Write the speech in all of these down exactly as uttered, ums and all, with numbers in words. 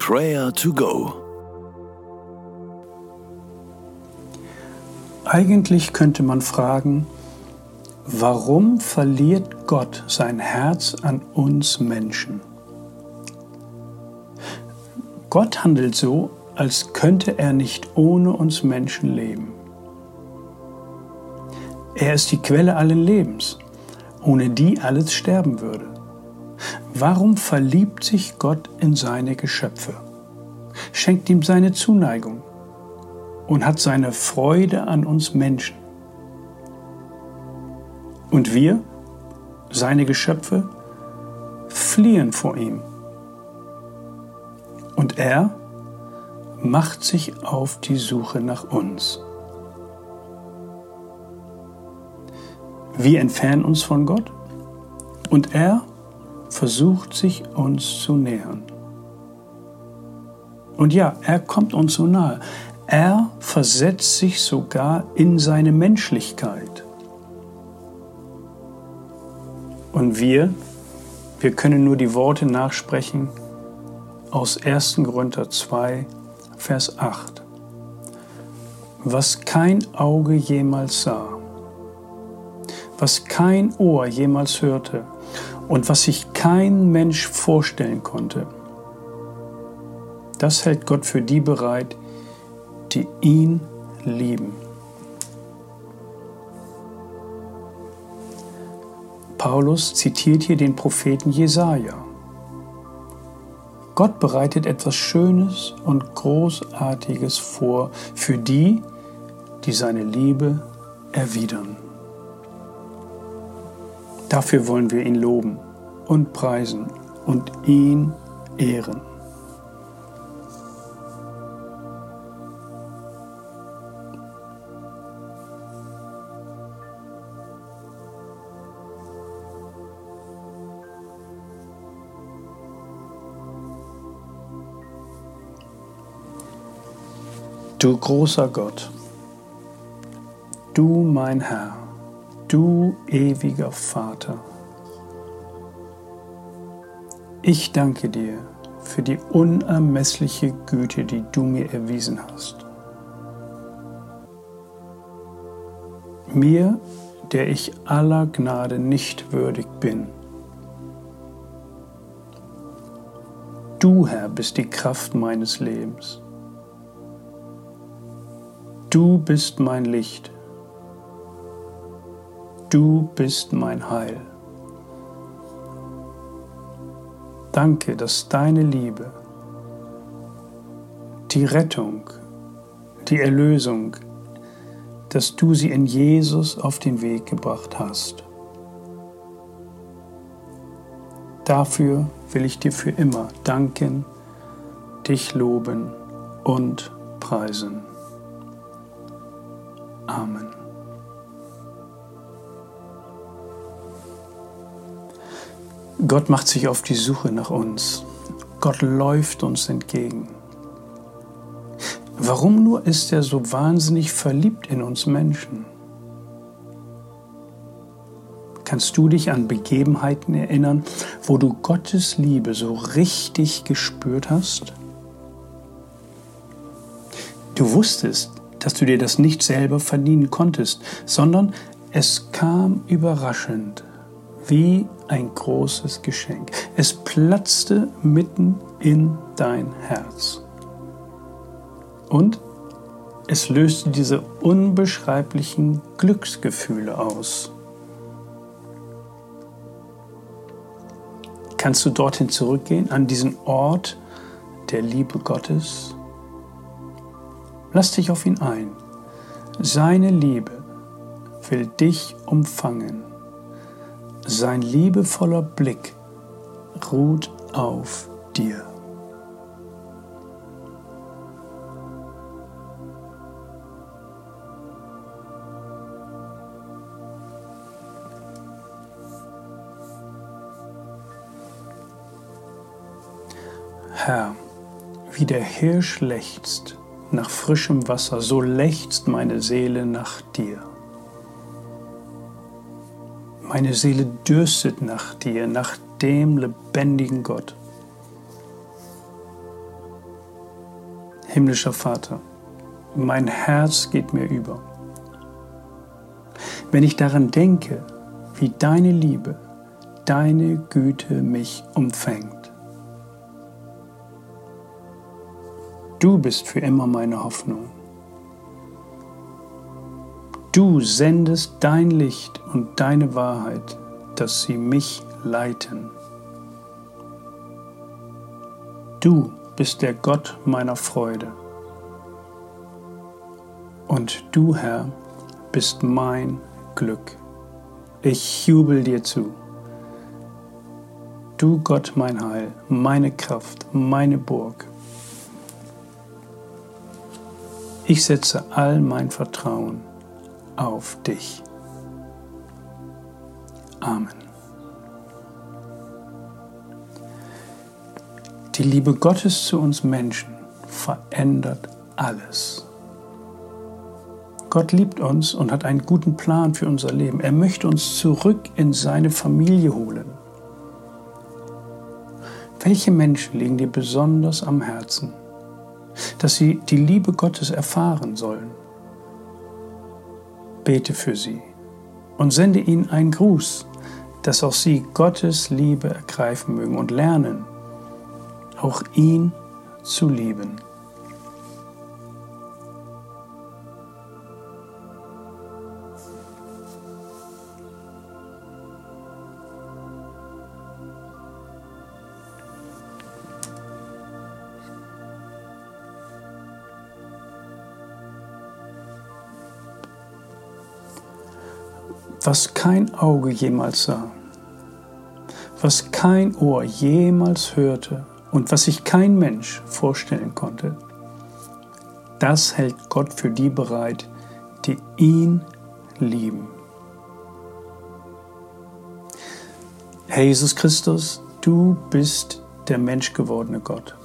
Prayer to Go. Eigentlich könnte man fragen, warum verliert Gott sein Herz an uns Menschen? Gott handelt so, als könnte er nicht ohne uns Menschen leben. Er ist die Quelle allen Lebens, ohne die alles sterben würde. Warum verliebt sich Gott in seine Geschöpfe, schenkt ihm seine Zuneigung und hat seine Freude an uns Menschen? Und wir, seine Geschöpfe, fliehen vor ihm. Und er macht sich auf die Suche nach uns. Wir entfernen uns von Gott und er versucht sich uns zu nähern. Und ja, er kommt uns so nahe. Er versetzt sich sogar in seine Menschlichkeit. Und wir, wir können nur die Worte nachsprechen aus erster Korinther zwei, Vers acht. Was kein Auge jemals sah, was kein Ohr jemals hörte und was sich kein Mensch vorstellen konnte, das hält Gott für die bereit, die ihn lieben. Paulus zitiert hier den Propheten Jesaja. Gott bereitet etwas Schönes und Großartiges vor für die, die seine Liebe erwidern. Dafür wollen wir ihn loben und preisen und ihn ehren. Du großer Gott, du mein Herr, du ewiger Vater, ich danke dir für die unermessliche Güte, die du mir erwiesen hast. Mir, der ich aller Gnade nicht würdig bin. Du, Herr, bist die Kraft meines Lebens. Du bist mein Licht. Du bist mein Heil. Danke, dass deine Liebe, die Rettung, die Erlösung, dass du sie in Jesus auf den Weg gebracht hast. Dafür will ich dir für immer danken, dich loben und preisen. Amen. Gott macht sich auf die Suche nach uns. Gott läuft uns entgegen. Warum nur ist er so wahnsinnig verliebt in uns Menschen? Kannst du dich an Begebenheiten erinnern, wo du Gottes Liebe so richtig gespürt hast? Du wusstest, dass du dir das nicht selber verdienen konntest, sondern es kam überraschend, wie ein großes Geschenk. Es platzte mitten in dein Herz. Und es löste diese unbeschreiblichen Glücksgefühle aus. Kannst du dorthin zurückgehen, an diesen Ort der Liebe Gottes? Lass dich auf ihn ein. Seine Liebe will dich umfangen. Sein liebevoller Blick ruht auf dir. Herr, wie der Hirsch lechzt nach frischem Wasser, so lechzt meine Seele nach dir. Meine Seele dürstet nach dir, nach dem lebendigen Gott. Himmlischer Vater, mein Herz geht mir über, wenn ich daran denke, wie deine Liebe, deine Güte mich umfängt. Du bist für immer meine Hoffnung. Du sendest dein Licht und deine Wahrheit, dass sie mich leiten. Du bist der Gott meiner Freude. Und du, Herr, bist mein Glück. Ich jubel dir zu. Du Gott mein Heil, meine Kraft, meine Burg. Ich setze all mein Vertrauen auf dich. Amen. Die Liebe Gottes zu uns Menschen verändert alles. Gott liebt uns und hat einen guten Plan für unser Leben. Er möchte uns zurück in seine Familie holen. Welche Menschen liegen dir besonders am Herzen, dass sie die Liebe Gottes erfahren sollen? Bete für sie und sende ihnen einen Gruß, dass auch sie Gottes Liebe ergreifen mögen und lernen, auch ihn zu lieben. Was kein Auge jemals sah, was kein Ohr jemals hörte und was sich kein Mensch vorstellen konnte, das hält Gott für die bereit, die ihn lieben. Herr Jesus Christus, du bist der menschgewordene Gott.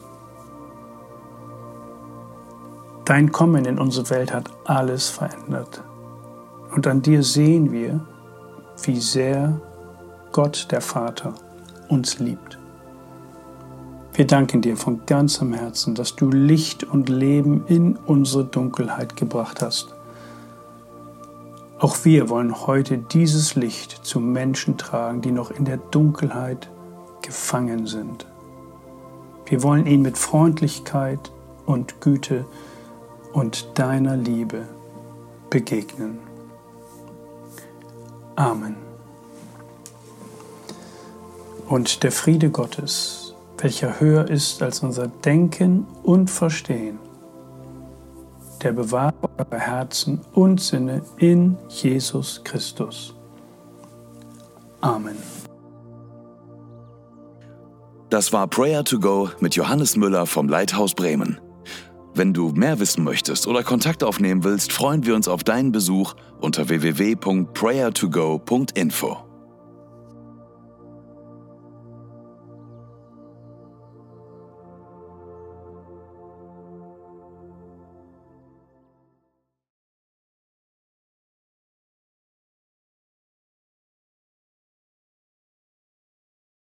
Dein Kommen in unsere Welt hat alles verändert. Und an dir sehen wir, wie sehr Gott, der Vater, uns liebt. Wir danken dir von ganzem Herzen, dass du Licht und Leben in unsere Dunkelheit gebracht hast. Auch wir wollen heute dieses Licht zu Menschen tragen, die noch in der Dunkelheit gefangen sind. Wir wollen ihnen mit Freundlichkeit und Güte und deiner Liebe begegnen. Amen. Und der Friede Gottes, welcher höher ist als unser Denken und Verstehen, der bewahrt eure Herzen und Sinne in Jesus Christus. Amen. Das war Prayer to Go mit Johannes Müller vom Lighthouse Bremen. Wenn du mehr wissen möchtest oder Kontakt aufnehmen willst, freuen wir uns auf deinen Besuch unter w w w punkt prayer to go punkt info.